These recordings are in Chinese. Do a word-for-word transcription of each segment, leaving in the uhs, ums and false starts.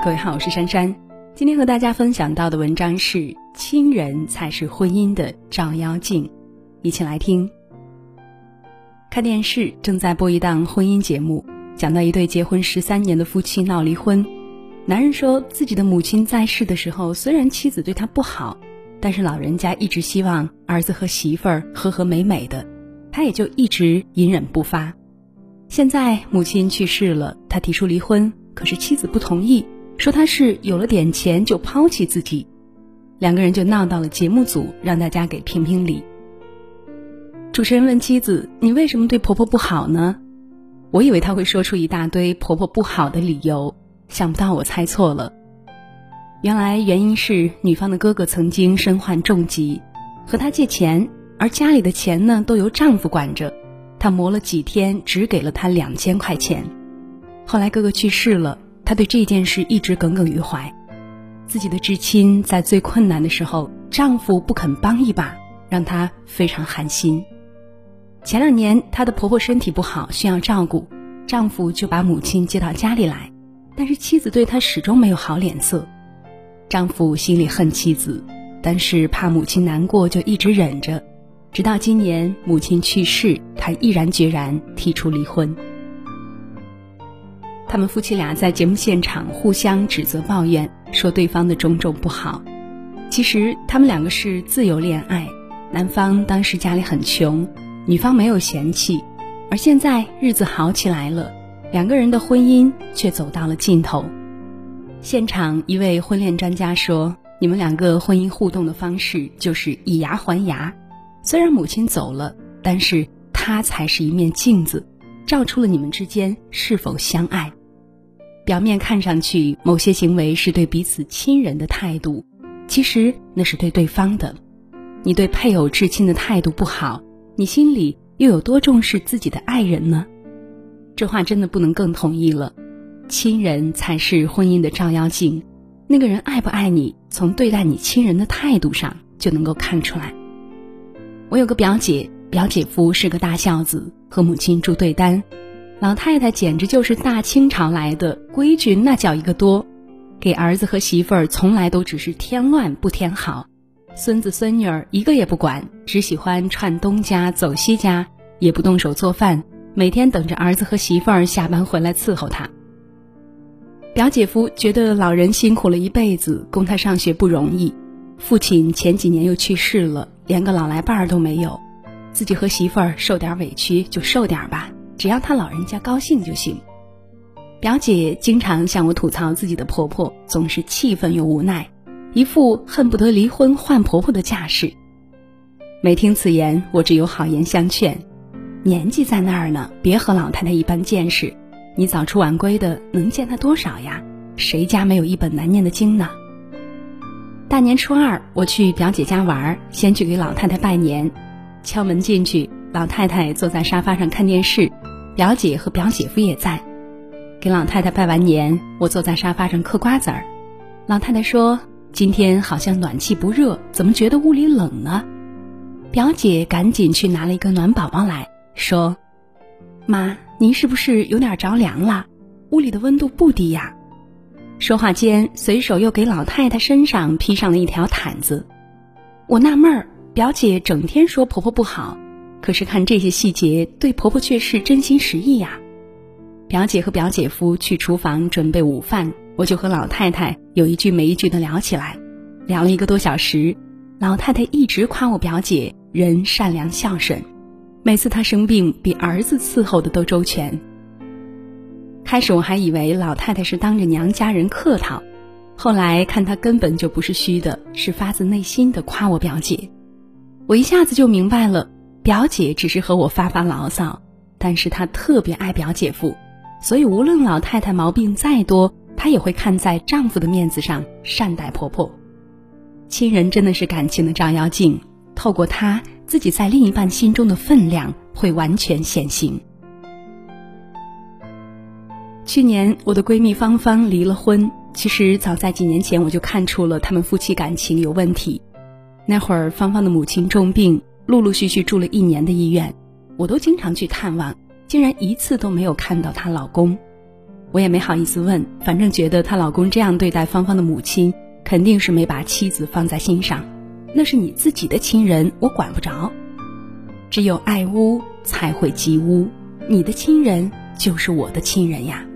各位好，我是珊珊。今天和大家分享到的文章是亲人才是婚姻的照妖镜，一起来听。看电视正在播一档婚姻节目，讲到一对结婚十三年的夫妻闹离婚。男人说自己的母亲在世的时候，虽然妻子对他不好，但是老人家一直希望儿子和媳妇儿和和美美的，他也就一直隐忍不发。现在母亲去世了，他提出离婚，可是妻子不同意，说他是有了点钱就抛弃自己。两个人就闹到了节目组，让大家给评评理。主持人问妻子，你为什么对婆婆不好呢？我以为他会说出一大堆婆婆不好的理由，想不到我猜错了。原来原因是女方的哥哥曾经身患重疾，和他借钱，而家里的钱呢都由丈夫管着，他磨了几天只给了他两千块钱。后来哥哥去世了，他对这件事一直耿耿于怀。自己的至亲在最困难的时候，丈夫不肯帮一把，让他非常寒心。前两年她的婆婆身体不好，需要照顾，丈夫就把母亲接到家里来，但是妻子对他始终没有好脸色。丈夫心里恨妻子，但是怕母亲难过，就一直忍着，直到今年母亲去世，他毅然决然提出离婚。他们夫妻俩在节目现场互相指责抱怨，说对方的种种不好。其实他们两个是自由恋爱，男方当时家里很穷，女方没有嫌弃，而现在日子好起来了，两个人的婚姻却走到了尽头。现场一位婚恋专家说，你们两个婚姻互动的方式就是以牙还牙，虽然母亲走了，但是她才是一面镜子，照出了你们之间是否相爱。表面看上去某些行为是对彼此亲人的态度，其实那是对对方的。你对配偶至亲的态度不好，你心里又有多重视自己的爱人呢？这话真的不能更同意了。亲人才是婚姻的照妖镜，那个人爱不爱你，从对待你亲人的态度上就能够看出来。我有个表姐，表姐夫是个大孝子，和母亲住对单，老太太简直就是大清朝来的，规矩那叫一个多，给儿子和媳妇儿从来都只是添乱不添好，孙子孙女儿一个也不管，只喜欢串东家走西家，也不动手做饭，每天等着儿子和媳妇儿下班回来伺候他。表姐夫觉得老人辛苦了一辈子，供他上学不容易，父亲前几年又去世了，连个老来伴儿都没有，自己和媳妇儿受点委屈就受点吧，只要他老人家高兴就行。表姐经常向我吐槽自己的婆婆总是气愤又无奈，一副恨不得离婚换婆婆的架势。每听此言，我只有好言相劝，年纪在那儿呢，别和老太太一般见识，你早出晚归的能见她多少呀？谁家没有一本难念的经呢？大年初二我去表姐家玩，先去给老太太拜年。敲门进去，老太太坐在沙发上看电视，表姐和表姐夫也在。给老太太拜完年，我坐在沙发上嗑瓜子儿。老太太说，今天好像暖气不热，怎么觉得屋里冷呢？表姐赶紧去拿了一个暖宝宝来，说，妈，您是不是有点着凉了？屋里的温度不低呀。说话间，随手又给老太太身上披上了一条毯子。我纳闷儿，表姐整天说婆婆不好，可是看这些细节，对婆婆却是真心实意呀。表姐和表姐夫去厨房准备午饭，我就和老太太有一句没一句的聊起来，聊了一个多小时。老太太一直夸我表姐人善良孝顺，每次她生病比儿子伺候的都周全。开始我还以为老太太是当着娘家人客套，后来看她根本就不是虚的，是发自内心的夸我表姐。我一下子就明白了，表姐只是和我发发牢骚，但是她特别爱表姐夫，所以无论老太太毛病再多，她也会看在丈夫的面子上善待婆婆。亲人真的是感情的照妖镜，透过她，自己在另一半心中的分量会完全显形。去年我的闺蜜芳芳离了婚，其实早在几年前我就看出了他们夫妻感情有问题。那会儿芳芳的母亲重病，陆陆续续住了一年的医院，我都经常去探望，竟然一次都没有看到她老公。 我也没好意思问，反正觉得她老公这样对待芳芳的母亲，肯定是没把妻子放在心上。那是你自己的亲人，我管不着。只有爱屋才会及乌，你的亲人就是我的亲人呀。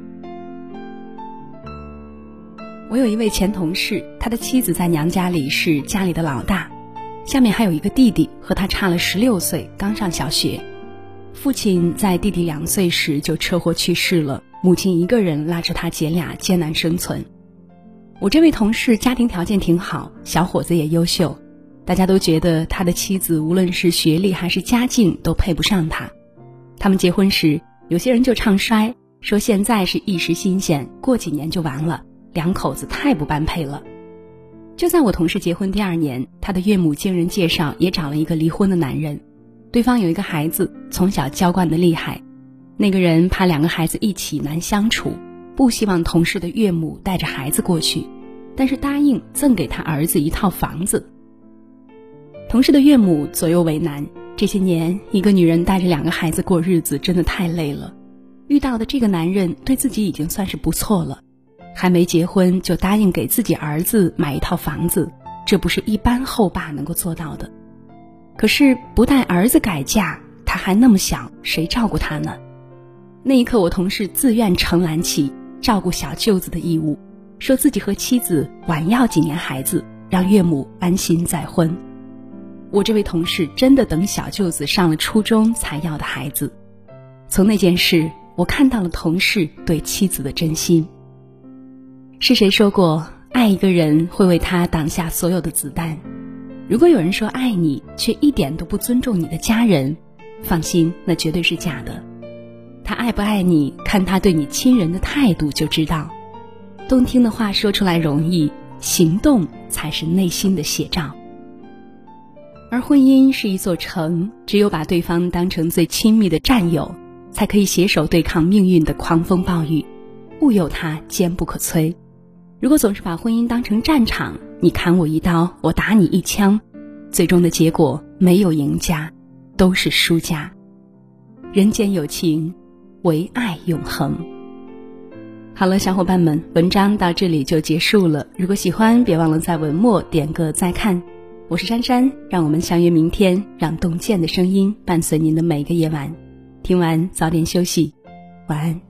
我有一位前同事，他的妻子在娘家里是家里的老大，下面还有一个弟弟，和他差了十六岁，刚上小学。父亲在弟弟两岁时就车祸去世了，母亲一个人拉着他姐俩艰难生存。我这位同事家庭条件挺好，小伙子也优秀，大家都觉得他的妻子无论是学历还是家境都配不上他。他们结婚时，有些人就唱衰，说现在是一时新鲜，过几年就完了，两口子太不般配了。就在我同事结婚第二年，他的岳母经人介绍也找了一个离婚的男人，对方有一个孩子，从小娇惯得厉害，那个人怕两个孩子一起难相处，不希望同事的岳母带着孩子过去，但是答应赠给他儿子一套房子。同事的岳母左右为难，这些年一个女人带着两个孩子过日子真的太累了，遇到的这个男人对自己已经算是不错了，还没结婚就答应给自己儿子买一套房子，这不是一般后爸能够做到的。可是不带儿子改嫁，他还那么小，谁照顾他呢？那一刻我同事自愿承揽起照顾小舅子的义务，说自己和妻子晚要几年孩子，让岳母安心再婚。我这位同事真的等小舅子上了初中才要的孩子。从那件事，我看到了同事对妻子的真心。是谁说过，爱一个人会为他挡下所有的子弹？如果有人说爱你，却一点都不尊重你的家人，放心，那绝对是假的。他爱不爱你，看他对你亲人的态度就知道。动听的话说出来容易，行动才是内心的写照。而婚姻是一座城，只有把对方当成最亲密的战友，才可以携手对抗命运的狂风暴雨，不由他坚不可摧。如果总是把婚姻当成战场，你砍我一刀，我打你一枪，最终的结果没有赢家，都是输家。人间有情，唯爱永恒。好了，小伙伴们，文章到这里就结束了。如果喜欢，别忘了在文末点个再看。我是珊珊，让我们相约明天，让洞见的声音伴随您的每个夜晚。听完早点休息，晚安。